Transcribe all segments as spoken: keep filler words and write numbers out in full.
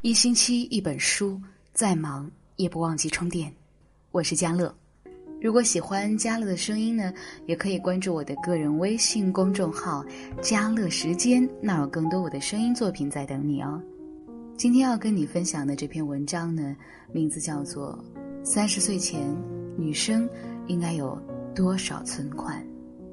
一星期一本书，再忙也不忘记充电。我是嘉乐。如果喜欢嘉乐的声音呢，也可以关注我的个人微信公众号嘉乐时间，那有更多我的声音作品在等你哦。今天要跟你分享的这篇文章呢，名字叫做三十岁前女生应该有多少存款。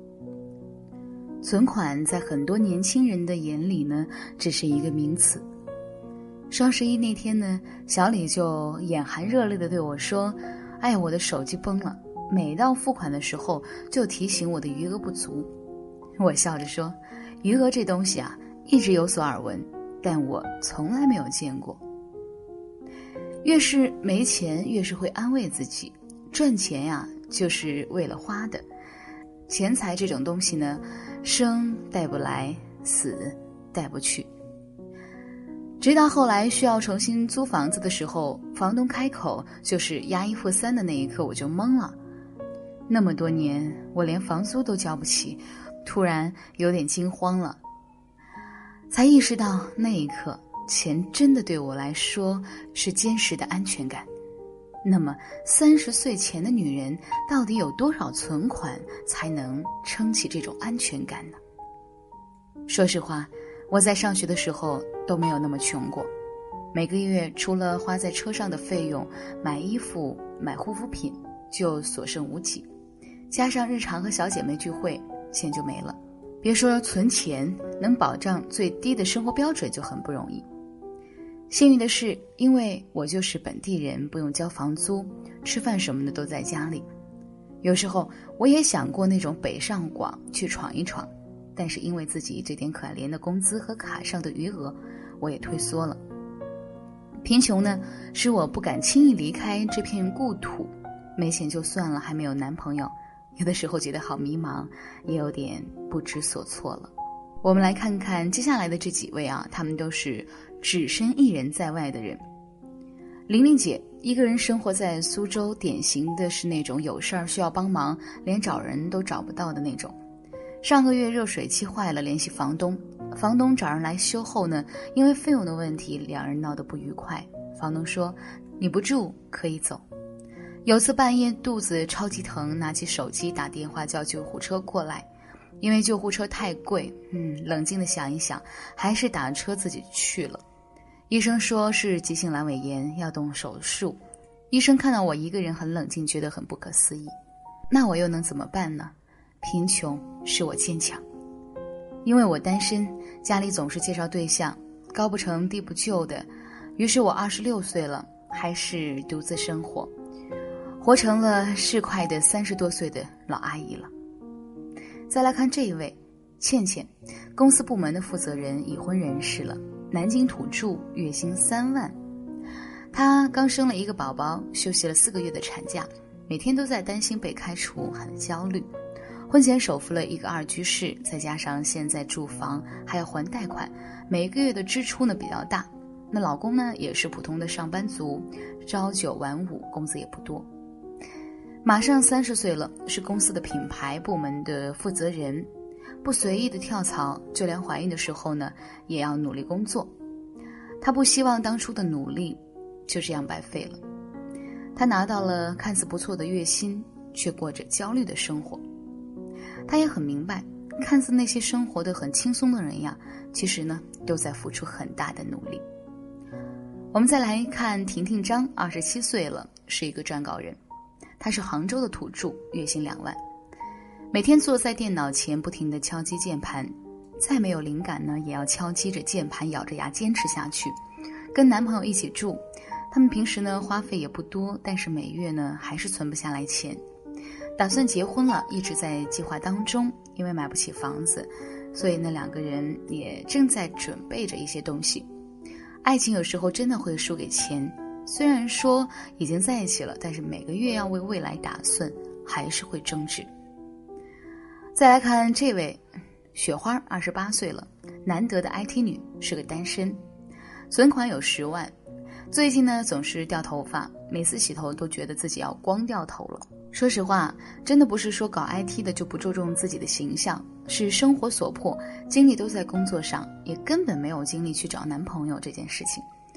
存款在很多年轻人的眼里呢，只是一个名词。双十一那天呢，小李就眼含热泪地对我说，哎呀，我的手机崩了，每到付款的时候就提醒我的余额不足。我笑着说，余额这东西啊，一直有所耳闻，但我从来没有见过。越是没钱，越是会安慰自己，赚钱呀，就是为了花的。钱财这种东西呢，生带不来，死带不去。直到后来需要重新租房子的时候，房东开口就是押一付三的那一刻，我就懵了。那么多年，我连房租都交不起，突然有点惊慌了。才意识到那一刻，钱真的对我来说是坚实的安全感。那么三十岁前的女人到底有多少存款才能撑起这种安全感呢？说实话，我在上学的时候都没有那么穷过，每个月除了花在车上的费用，买衣服买护肤品就所剩无几，加上日常和小姐妹聚会，钱就没了。别说存钱，能保障最低的生活标准就很不容易。幸运的是，因为我就是本地人，不用交房租，吃饭什么的都在家里。有时候我也想过那种北上广去闯一闯，但是因为自己这点可怜的工资和卡上的余额，我也退缩了。贫穷呢，使我不敢轻易离开这片故土。没钱就算了，还没有男朋友，有的时候觉得好迷茫，也有点不知所措了。我们来看看接下来的这几位啊，他们都是只身一人在外的人。玲玲姐一个人生活在苏州，典型的是那种有事儿需要帮忙，连找人都找不到的那种。上个月热水器坏了，联系房东，房东找人来修后呢，因为费用的问题，两人闹得不愉快。房东说，你不住可以走。有次半夜肚子超级疼，拿起手机打电话叫救护车过来，因为救护车太贵，嗯，冷静地想一想，还是打车自己去了。医生说是急性阑尾炎，要动手术。医生看到我一个人很冷静，觉得很不可思议。那我又能怎么办呢？贫穷使我坚强。因为我单身，家里总是介绍对象，高不成低不就的，于是我二十六岁了，还是独自生活，活成了市侩的三十多岁的老阿姨了。再来看这一位，倩倩，公司部门的负责人，已婚人士了，南京土著，月薪三万。她刚生了一个宝宝，休息了四个月的产假，每天都在担心被开除，很焦虑。婚前首付了一个二居室，再加上现在住房还要还贷款，每个月的支出呢比较大。那老公呢也是普通的上班族，朝九晚五，工资也不多。马上三十岁了，是公司的品牌部门的负责人，不随意的跳槽，就连怀孕的时候呢，也要努力工作。她不希望当初的努力就这样白费了。她拿到了看似不错的月薪，却过着焦虑的生活。她也很明白，看似那些生活的很轻松的人呀，其实呢，都在付出很大的努力。我们再来看婷婷张，二十七岁了，是一个撰稿人。他是杭州的土著，月薪两万，每天坐在电脑前不停地敲击键盘，再没有灵感呢，也要敲击着键盘，咬着牙坚持下去。跟男朋友一起住，他们平时呢花费也不多，但是每月呢还是存不下来钱。打算结婚了，一直在计划当中，因为买不起房子，所以呢两个人也正在准备着一些东西。爱情有时候真的会输给钱，虽然说已经在一起了，但是每个月要为未来打算，还是会争执。再来看这位雪花，二十八岁了，难得的 I T 女，是个单身，存款有十万。最近呢总是掉头发，每次洗头都觉得自己要光掉头了。说实话，真的不是说搞 I T 的就不注重自己的形象，是生活所迫，精力都在工作上，也根本没有精力去找男朋友这件事情。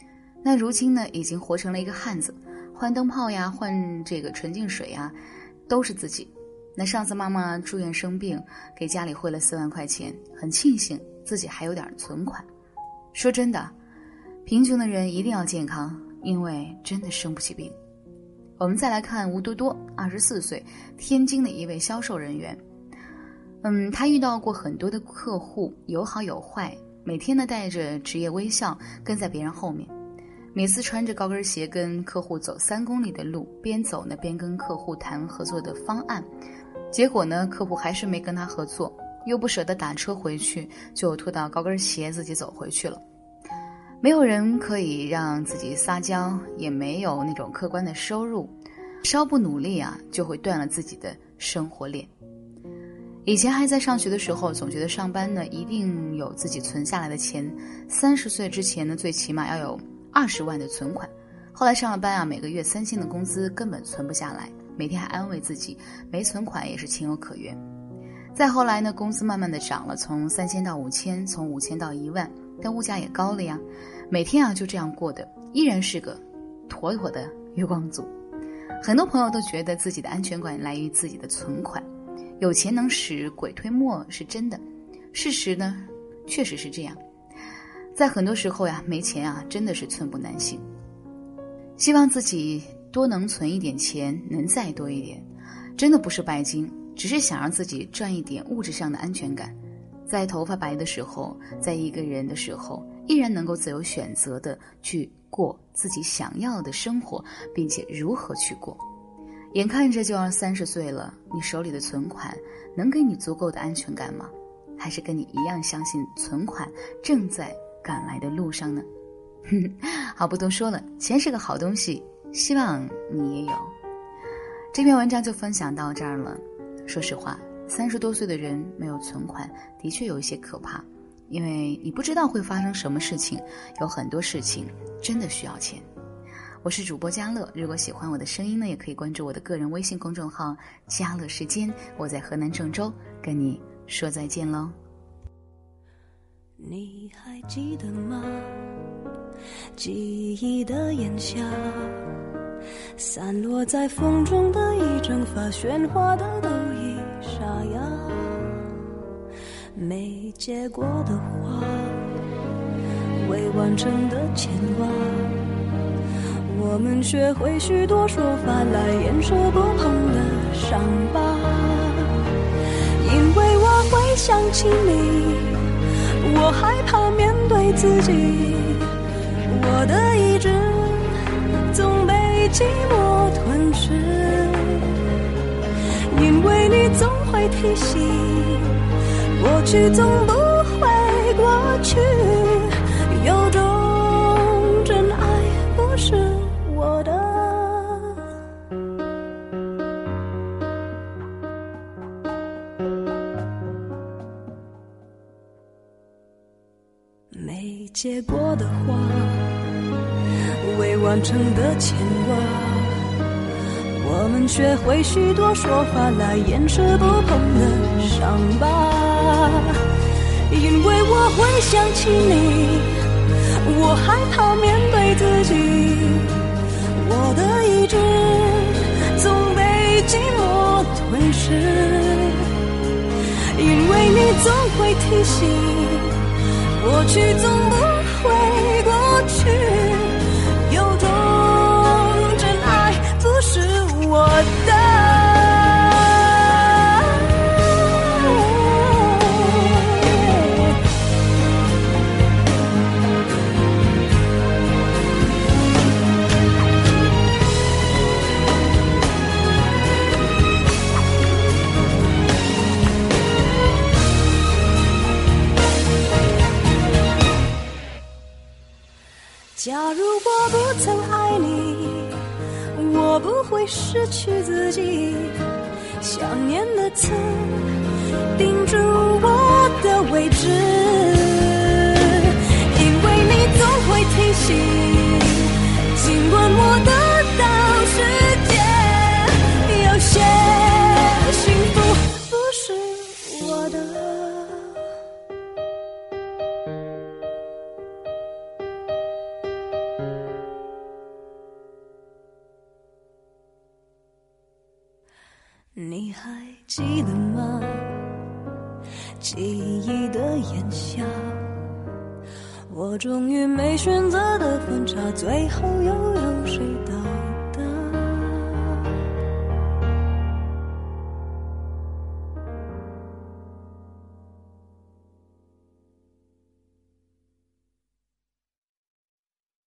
那如今呢，已经活成了一个汉子，换灯泡呀，换这个纯净水呀，都是自己。那上次妈妈住院生病，给家里汇了四万块钱，很庆幸自己还有点存款。说真的，贫穷的人一定要健康，因为真的生不起病。我们再来看吴多多，二十四岁，天津的一位销售人员。嗯，他遇到过很多的客户，有好有坏，每天呢带着职业微笑跟在别人后面，每次穿着高跟鞋跟客户走三公里的路，边走呢边跟客户谈合作的方案。结果呢，客户还是没跟他合作，又不舍得打车回去，就脱掉高跟鞋自己走回去了。没有人可以让自己撒娇，也没有那种客观的收入，稍不努力啊，就会断了自己的生活链。以前还在上学的时候，总觉得上班呢一定有自己存下来的钱，三十岁之前呢最起码要有二十万的存款。后来上了班啊，每个月三千的工资根本存不下来，每天还安慰自己没存款也是情有可原。再后来呢，工资慢慢的涨了，从三千到五千，从五千到一万，但物价也高了呀。每天啊就这样过的，依然是个妥妥的月光族。很多朋友都觉得自己的安全感来于自己的存款，有钱能使鬼推磨是真的，事实呢确实是这样。在很多时候呀，没钱啊真的是寸步难行。希望自己多能存一点钱，能再多一点，真的不是拜金，只是想让自己赚一点物质上的安全感。在头发白的时候，在一个人的时候，依然能够自由选择的去过自己想要的生活，并且如何去过。眼看着就要三十岁了，你手里的存款能给你足够的安全感吗？还是跟你一样相信存款正在赶来的路上呢？好，不多说了，钱是个好东西，希望你也有。这篇文章就分享到这儿了。说实话，三十多岁的人没有存款的确有一些可怕，因为你不知道会发生什么事情，有很多事情真的需要钱。我是主播佳乐，如果喜欢我的声音呢，也可以关注我的个人微信公众号佳乐时间，我在河南郑州跟你说再见喽。 你还记得吗？记忆的炎夏，散落在风中的一整发喧哗的都已沙哑，没结果的花，未完成的牵挂，我们学会许多说法来掩饰不碰的伤疤。因为我会想起你，我害怕面对自己，我的意志总被寂寞吞噬。因为你总会提醒，过去总不会过去，有种真爱不是我的。没结果的花，未完成的牵挂，我们学会许多说法来掩饰不碰的伤疤。因为我会想起你，我害怕面对自己，我的意志总被寂寞吞噬。因为你总会提醒，过去总不会过去，有种真爱不是我的。假如我不曾爱你，我不会失去自己，想念的刺钉住我的位置。因为你总会提醒，尽管我得到世界，有些幸福不是我的。 你还记得吗？记忆的炎夏，我终于没选择的分岔，最后又有谁的